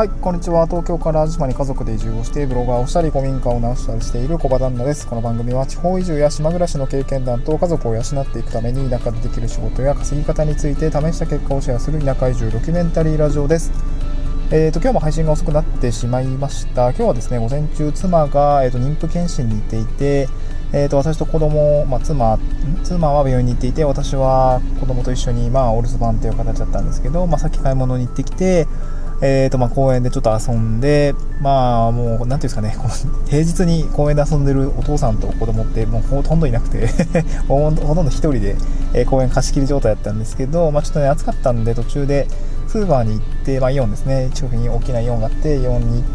はい、こんにちは。東京から淡路島に家族で移住をしてブロガーをしたり古民家を直したりしている小場旦那です。この番組は地方移住や島暮らしの経験談と家族を養っていくために田舎でできる仕事や稼ぎ方について試した結果をシェアする田舎移住ドキュメンタリーラジオです。今日も配信が遅くなってしまいました。今日はですね、午前中妻が、妊婦検診に行っていて、私と子供、妻は病院に行っていて、私は子供と一緒に、お留守番という形だったんですけど、さっき買い物に行ってきて、公園でちょっと遊んで、もう、なんていうんですかね、平日に公園で遊んでるお父さんと子供ってもうほとんどいなくてほとんど一人で、公園貸し切り状態だったんですけど、ちょっとね、暑かったんで途中でスーパーに行って、イオンですね、近くに大きなイオンがあって、イオンに行って、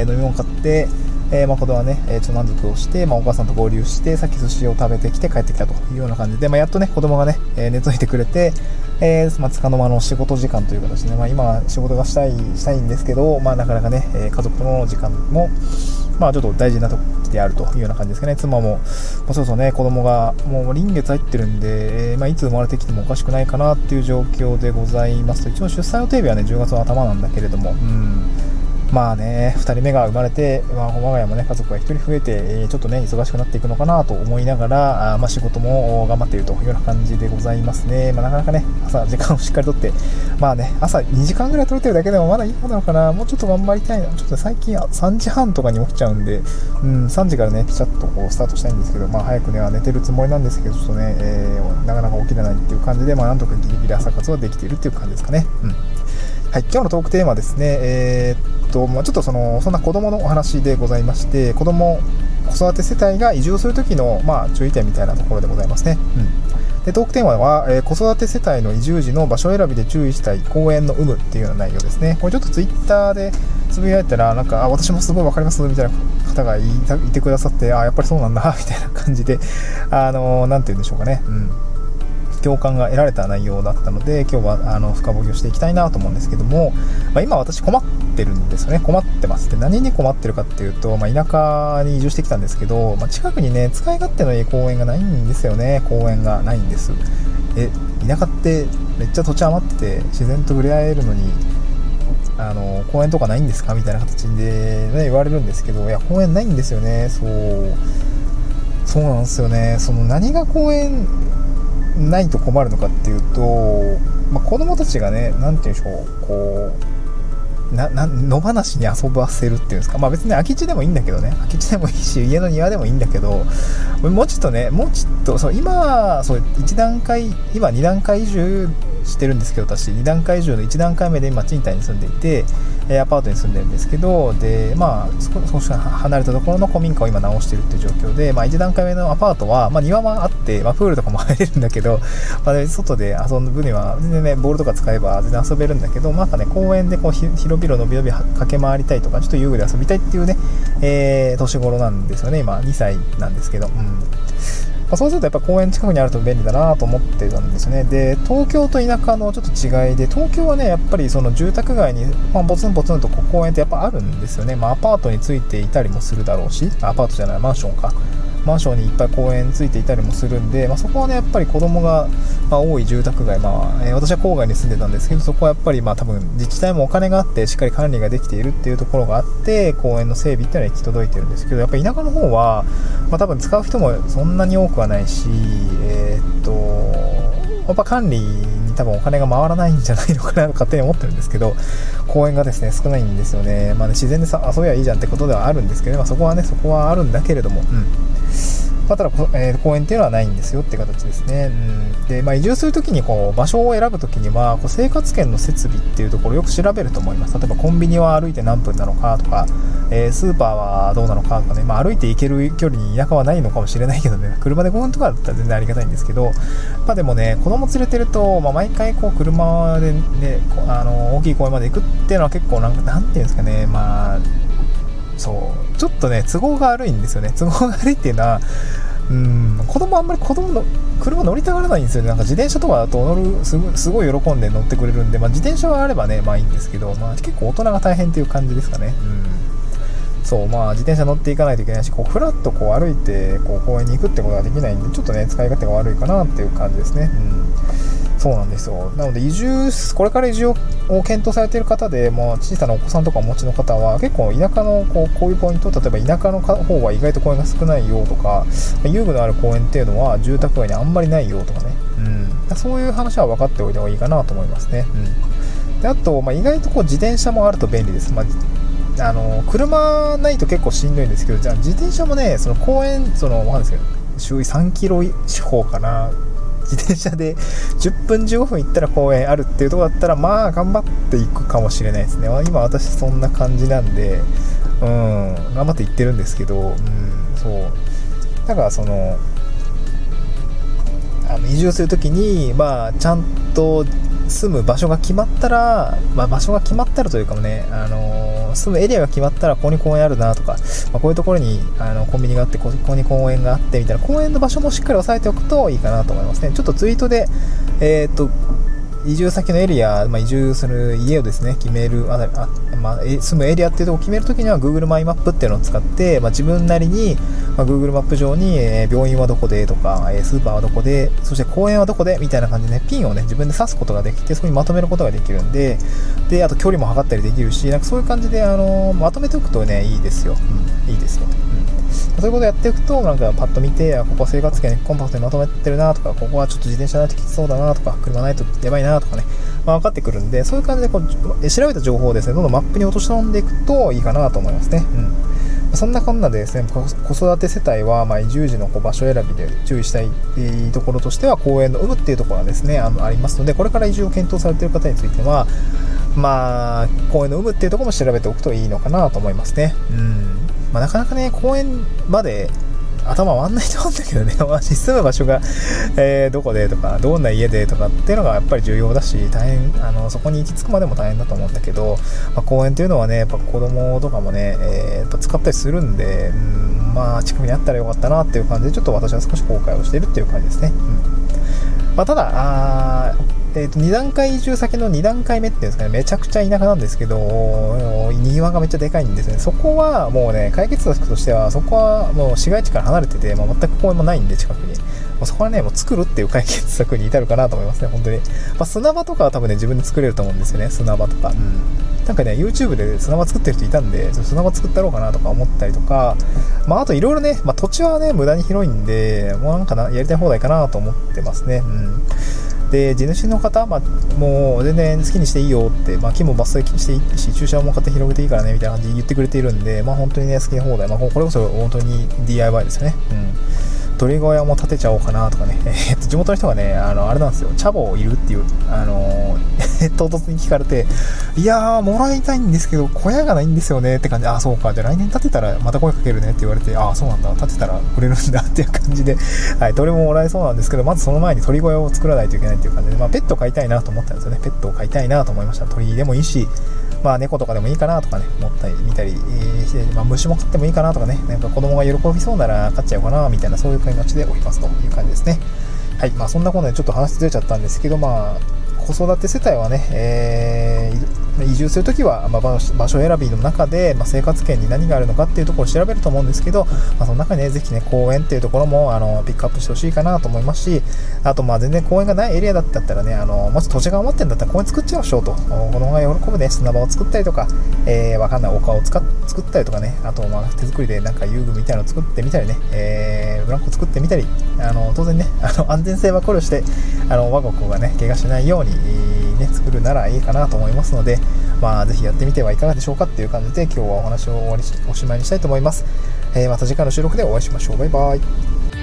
飲み物買って、子供はね、ちょっと満足をして、お母さんと合流して、さっき寿司を食べてきて帰ってきたというような感じで、やっとね、子供がね、寝ついてくれて、つかの間の仕事時間という形で、今仕事がしたいんですけど、なかなかね、家族との時間も、ちょっと大事な時であるというような感じですかね。妻も、そうそうね、子供がもう臨月入ってるんで、いつ生まれてきてもおかしくないかなっていう状況でございますと、一応出産予定日はね、10月の頭なんだけれども、2人目が生まれて、我が家もね、家族が1人増えて、ちょっとね、忙しくなっていくのかなと思いながら、仕事も頑張っているというような感じでございますね。なかなかね、朝時間をしっかりとって、朝2時間ぐらい取れてるだけでもまだいい方なのかな。もうちょっと頑張りたいな。ちょっと最近3時半とかに起きちゃうんで、3時からね、ピチャッとスタートしたいんですけど、早くね、寝てるつもりなんですけど、ちょっとね、なかなか起きれないっていう感じで、なんとかギリギリ朝活はできているっていう感じですかね。はい、今日のトークテーマですね、ちょっとそんな子供のお話でございまして、子育て世帯が移住する時の、注意点みたいなところでございますね。でトークテーマは、子育て世帯の移住時の場所選びで注意したい公園の有無っていうような内容ですね。これちょっとツイッターでつぶやいたら、私もすごいわかりますみたいな方がいてくださって、やっぱりそうなんだみたいな感じで、なんて言うんでしょうかね。共感が得られた内容だったので、今日は深掘りをしていきたいなと思うんですけども、今私困ってるんですよね。困ってます。で、何に困ってるかっていうと、田舎に移住してきたんですけど、近くにね、使い勝手のいい公園がないんですよね。公園がないんです。田舎ってめっちゃ土地余ってて自然と触れ合えるのに公園とかないんですかみたいな形で、言われるんですけど、いや、公園ないんですよね。そうなんですよね。何が公園ないと困るのかっていうと、子供たちがね、なんていうんでしょう、野放しに遊ばせるっていうんですか、別に空き地でもいいんだけどね、空き地でもいいし、家の庭でもいいんだけど、もうちょっと今1段階、今2段階移住してるんですけど、私2段階移住の1段階目で今賃貸に住んでいて、アパートに住んでるんですけど、で少し離れたところの古民家を今直しているっていう状況で、1段階目のアパートは、庭はあって、プールとかも入れるんだけど、外で遊ぶには全然ね、ボールとか使えば全然遊べるんだけど、公園で広々のびのび駆け回りたいとか、ちょっと遊具で遊びたいっていうね、年頃なんですよね。今2歳なんですけど、そうするとやっぱ公園近くにあると便利だなと思ってたんですね。で、東京と田舎のちょっと違いで、東京はね、やっぱりその住宅街に、ポツンポツンと公園ってやっぱあるんですよね。アパートについていたりもするだろうし、アパートじゃない、マンションか。マンションにいっぱい公園ついていたりもするんで、そこはね、やっぱり子供が、多い住宅街、私は郊外に住んでたんですけど、そこはやっぱり多分自治体もお金があってしっかり管理ができているっていうところがあって、公園の整備っていうのは行き届いてるんですけど、やっぱり田舎の方は、多分使う人もそんなに多くはないし、やっぱ管理に多分お金が回らないんじゃないのかなと勝手に思ってるんですけど、公園がですね、少ないんですよね。自然で遊びはいいじゃんってことではあるんですけど、そこはあるんだけれども、ただ、公園っていうのはないんですよって形ですね。で、移住するときに場所を選ぶときには生活圏の設備っていうところをよく調べると思います。例えばコンビニは歩いて何分なのかとか、スーパーはどうなのかとかね、歩いて行ける距離に田舎はないのかもしれないけどね、車で5分とかだったら全然ありがたいんですけど、でもね、子供連れてると、毎回車でね、大きい公園まで行くっていうのは結構なんていうんですかね、ちょっとね、都合が悪いんですよね。都合が悪いっていうのは、子供あんまりの車乗りたがらないんですよね。自転車とかだとすごい喜んで乗ってくれるんで、自転車はあればね、いいんですけど、結構大人が大変っていう感じですかね。自転車乗っていかないといけないし、フラッと歩いて公園に行くってことができないんで、ちょっとね、使い勝手が悪いかなっていう感じですね。 そうなんですよ。なのでこれから移住を検討されている方で、もう小さなお子さんとかお持ちの方は、結構田舎のこういうポイント、例えば田舎の方は意外と公園が少ないよとか、遊具のある公園っていうのは住宅街にあんまりないよとかね、そういう話は分かっておいた方がいいかなと思いますね。であと、意外とこう自転車もあると便利です。車ないと結構しんどいんですけど、じゃあ自転車もね、その公園、わかんないですけど、周囲3キロ四方かな、自転車で10分15分行ったら公園あるっていうところだったら、頑張っていくかもしれないですね。今私そんな感じなんで、頑張って行ってるんですけど、そうだから移住するときに、ちゃんと住む場所が決まったら、場所が決まったらというかもね、住むエリアが決まったら、ここに公園あるなとか、こういうところにコンビニがあって、ここに公園があってみたいな、公園の場所もしっかり押さえておくといいかなと思いますね。ちょっとツイートで、移住先のエリア、移住する家をですね決める住むエリアっていうところを決めるときには Google マイマップっていうのを使って、自分なりに、Google マップ上に、病院はどこでとか、スーパーはどこで、そして公園はどこでみたいな感じでね、ピンをね自分で刺すことができて、そこにまとめることができるんで、あと距離も測ったりできるし、そういう感じでまとめておくとねいいですよ。いいですよ。そういうことをやっていくと、パッと見て、ここは生活圏コンパクトにまとめてるなとか、ここはちょっと自転車ないときつそうだなとか、車ないとやばいなとかね、分かってくるんで、そういう感じで調べた情報をですね、どんどんマップに落とし込んでいくといいかなと思いますね。そんなこんなでですね、子育て世帯は、移住時の場所選びで注意したいところとしては、公園の有無っていうところがですね、ありますので、これから移住を検討されている方については、公園の有無っていうところも調べておくといいのかなと思いますね。なかなかね、公園まで頭回んないと思うんだけどね、住む場所が、どこでとか、どんな家でとかっていうのがやっぱり重要だし、大変そこに行き着くまでも大変だと思うんだけど、公園っていうのはね、やっぱ子供とかもね、やっぱ使ったりするんで、近くにあったらよかったなっていう感じで、ちょっと私は少し後悔をしているっていう感じですね。ただ2段階移住先の2段階目っていうんですかね、めちゃくちゃ田舎なんですけど、庭がめっちゃでかいんですね。そこはもうね、解決策としては、そこはもう市街地から離れてて、全く公園もないんで、近くにそこはね、もう作るっていう解決策に至るかなと思いますね、本当に。砂場とかは多分ね、自分で作れると思うんですよね、砂場とか。なんかね、YouTube で砂場作ってる人いたんで、砂場作ったろうかなとか思ったりとか、あといろいろね、土地はね、無駄に広いんで、もうやりたい放題かなと思ってますね。で、地主の方、もう全然好きにしていいよって、木も伐採していいし、駐車も買って広げていいからねみたいな感じで言ってくれているんで、本当にね、好きな放題、これこそ本当に DIY ですよね。鳥小屋も建てちゃおうかなとかね、地元の人がね、あれなんですよ、茶房いるっていう、唐突に聞かれて、いやー、もらいたいんですけど、小屋がないんですよねって感じで、そうか、じゃあ来年建てたらまた声かけるねって言われて、そうなんだ、建てたらくれるんだっていう感じで、鳥ももらえそうなんですけど、まずその前に鳥小屋を作らないといけないっていう感じで、ペット飼いたいなと思ったんですよね。ペットを飼いたいなと思いました。鳥でもいいし、猫とかでもいいかなとかね、思ったり見たりして、虫も飼ってもいいかなとかね、なんか子供が喜びそうなら飼っちゃおうかなみたいな、そういう気持ちでおりますという感じですね。はい、そんなことでちょっと話ずれちゃったんですけど、子育て世帯はね、移住するときは、場所選びの中で、生活圏に何があるのかっていうところを調べると思うんですけど、その中にね、ぜひね、公園っていうところもピックアップしてほしいかなと思いますし、あと全然公園がないエリアだったらね、もし土地が余ってるんだったら公園作っちゃいましょうと。子供が喜ぶね、砂場を作ったりとか、わかんない丘を作ったりとかね、あと手作りでなんか遊具みたいなのを作ってみたりね、ブランコ作ってみたり、当然ね、安全性は考慮して、我が子がね、怪我しないように、作るならいいかなと思いますので、ぜひやってみてはいかがでしょうかっていう感じで、今日はお話をおしまいにしたいと思います。また次回の収録でお会いしましょう。バイバイ。